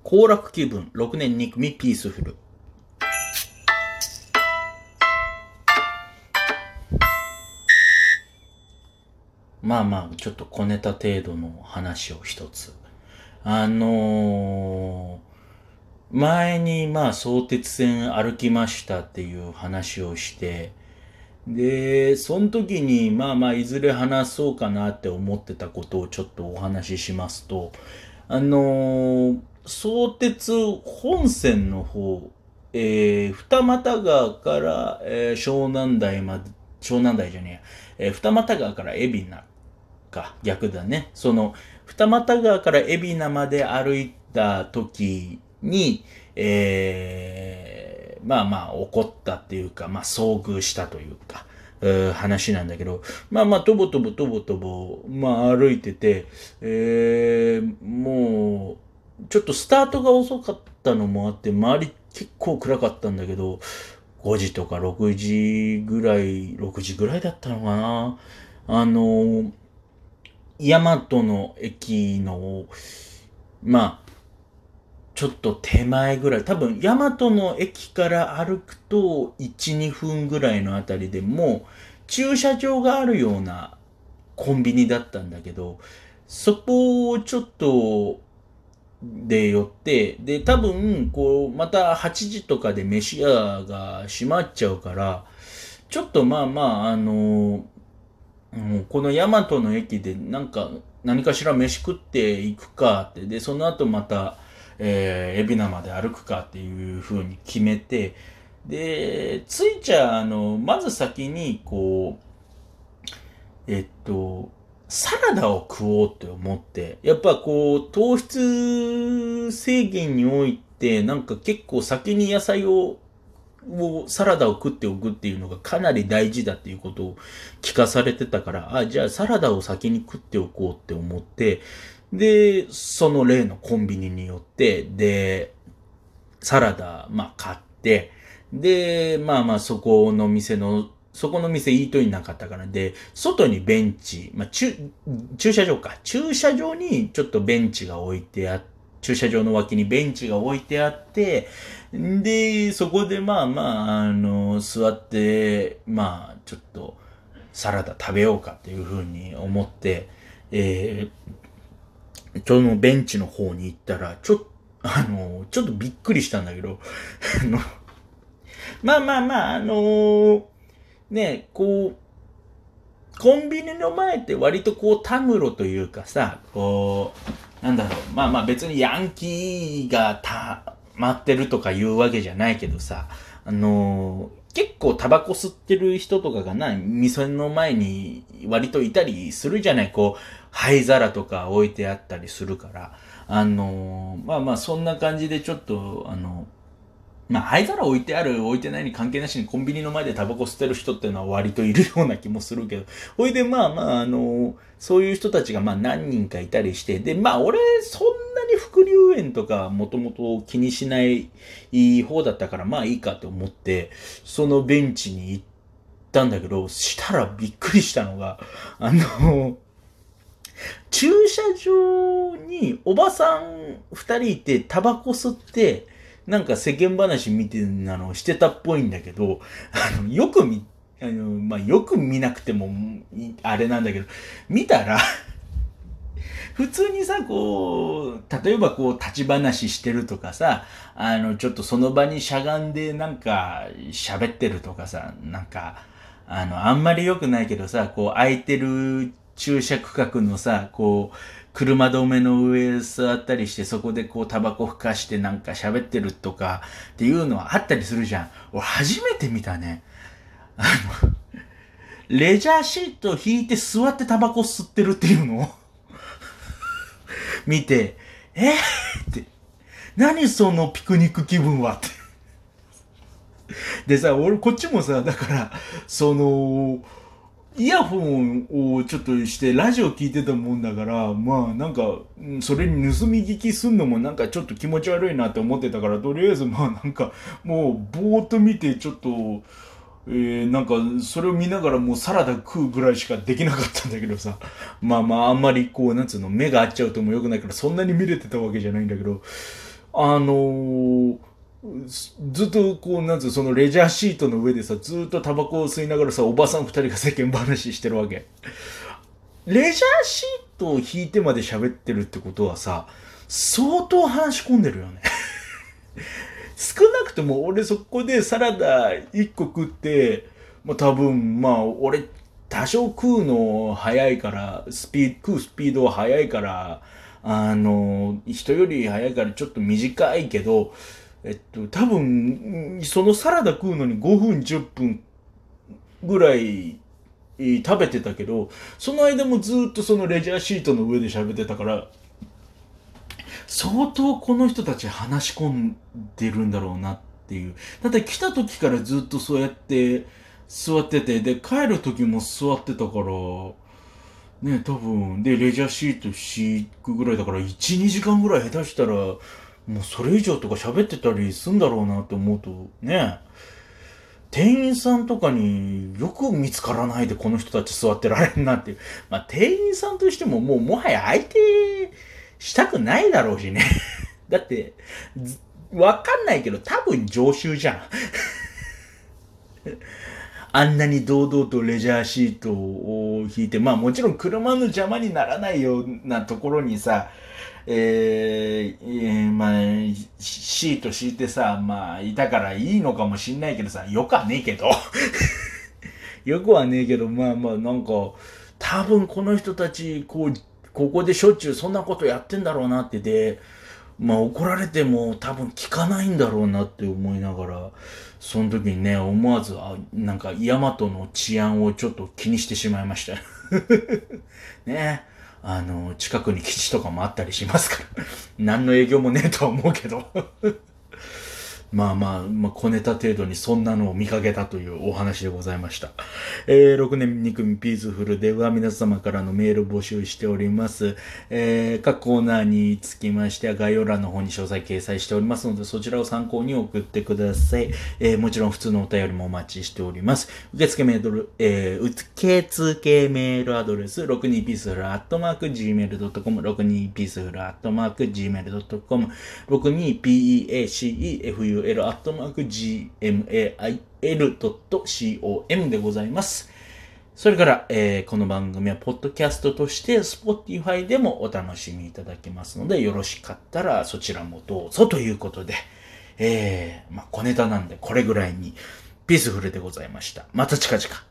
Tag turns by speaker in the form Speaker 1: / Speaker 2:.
Speaker 1: 行楽気分、6年2組ピースフル。まあまあ、ちょっと小ネタ程度の話を一つ。前に相鉄線歩きましたっていう話をして、で、その時にいずれ話そうかなって思ってたことをちょっとお話ししますと、相鉄本線の方、二俣川から、湘南台まで、湘南台じゃねえや、二俣川から海老名か、逆だね。その、二俣川から海老名まで歩いた時に、起こったっていうか、遭遇したというか、話なんだけど、とぼとぼ、歩いてて、もう、ちょっとスタートが遅かったのもあって、周り結構暗かったんだけど、5時とか6時ぐらいだったのかな。大和の駅の、ちょっと手前ぐらい、多分、大和の駅から歩くと、1、2分ぐらいのあたりでもう、駐車場があるようなコンビニだったんだけど、そこをちょっと、で寄って、で、多分、また8時とかで飯屋が閉まっちゃうから、ちょっとこの大和の駅で何かしら飯食っていくかって、で、その後また、海老名まで歩くかっていう風に決めて、で、ついちゃまず先に、サラダを食おうって思って、やっぱ糖質制限において、結構先に野菜をサラダを食っておくっていうのがかなり大事だっていうことを聞かされてたから、じゃあサラダを先に食っておこうって思って、で、その例のコンビニによって、で、サラダ、買って、で、そこの店イートインなかったからで、外にベンチ、駐車場か。駐車場にちょっとベンチが置いてあって、駐車場の脇にベンチが置いてあって、で、そこで座って、ちょっと、サラダ食べようかっていう風に思って、そのベンチの方に行ったら、ちょっとびっくりしたんだけど、あの、まあまあまあ、ね、コンビニの前って割とたむろというかさ、別にヤンキーが待ってるとかいうわけじゃないけどさ、結構タバコ吸ってる人とかが店の前に割といたりするじゃない、灰皿とか置いてあったりするから、そんな感じでちょっと、灰皿置いてある、置いてないに関係なしにコンビニの前でタバコ吸ってる人っていうのは割といるような気もするけど、ほいでそういう人たちが何人かいたりして、で、俺、そんなに副流煙とかもともと気にしない方だったからいいかと思って、そのベンチに行ったんだけど、したらびっくりしたのが、駐車場におばさん二人いてタバコ吸って、世間話みたいなのをしてたっぽいんだけど、よくよく見なくても、あれなんだけど、見たら、普通にさ、例えば立ち話してるとかさ、ちょっとその場にしゃがんで喋ってるとかさ、あんまり良くないけどさ、空いてる駐車区画のさ、車止めの上座ったりして、そこでタバコふかして喋ってるとかっていうのはあったりするじゃん。俺初めて見たね。レジャーシート引いて座ってタバコ吸ってるっていうのを見て、って、何そのピクニック気分はって。でさ、俺こっちもさ、だから、イヤホンをちょっとしてラジオ聞いてたもんだから、それに盗み聞きすんのもちょっと気持ち悪いなって思ってたから、とりあえずもうぼーっと見てちょっと、それを見ながらもうサラダ食うぐらいしかできなかったんだけどさ。あんまり目が合っちゃうとも良くないから、そんなに見れてたわけじゃないんだけど、 あのーずっとこう、なんつう、そのレジャーシートの上でさ、ずっとタバコを吸いながらさ、おばさん二人が世間話してるわけ。レジャーシートを引いてまで喋ってるってことはさ、相当話し込んでるよね。少なくとも俺そこでサラダ一個食って、まあ多分、まあ俺多少食うの早いから、食うスピードは早いから、人より早いからちょっと短いけど、多分、そのサラダ食うのに5分、10分ぐらい食べてたけど、その間もずっとそのレジャーシートの上で喋ってたから、相当この人たち話し込んでるんだろうなっていう。だって来た時からずっとそうやって座ってて、で、帰る時も座ってたから、ね、多分、で、レジャーシート敷くぐらいだから、1、2時間ぐらい下手したら、もうそれ以上とか喋ってたりすんだろうなって思うと、ね、店員さんとかによく見つからないでこの人たち座ってられんなっていう。まあ、店員さんとしてももうもはや相手したくないだろうしね。だって、わかんないけど多分常習じゃん。あんなに堂々とレジャーシートを引いて、まあもちろん車の邪魔にならないようなところにさ、まあ、シート敷いてさ、まあ、いたからいいのかもしんないけどさ、よくはねえけど。よくはねえけど、まあまあ、なんか、多分この人たち、ここでしょっちゅうそんなことやってんだろうなってで、まあ怒られても多分聞かないんだろうなって思いながら、その時にね、思わず、なんか、ヤマトの治安をちょっと気にしてしまいました。ね。近くに基地とかもあったりしますから。何の営業もねえとは思うけど。まあまあ、まあ、小ネタ程度にそんなのを見かけたというお話でございました。6年2組ピースフルでは皆様からのメール募集しております。各コーナーにつきましては概要欄の方に詳細掲載しておりますので、そちらを参考に送ってください。もちろん普通のお便りもお待ちしております。受付メールアドレス、62peaceful@gmail.com、62peaceful@gmail.com、62peaceful gmail.com でございます。それから、この番組はポッドキャストとして Spotify でもお楽しみいただけますので、よろしかったらそちらもどうぞということで、まあ、小ネタなんでこれぐらいにピースフルでございました。また近々。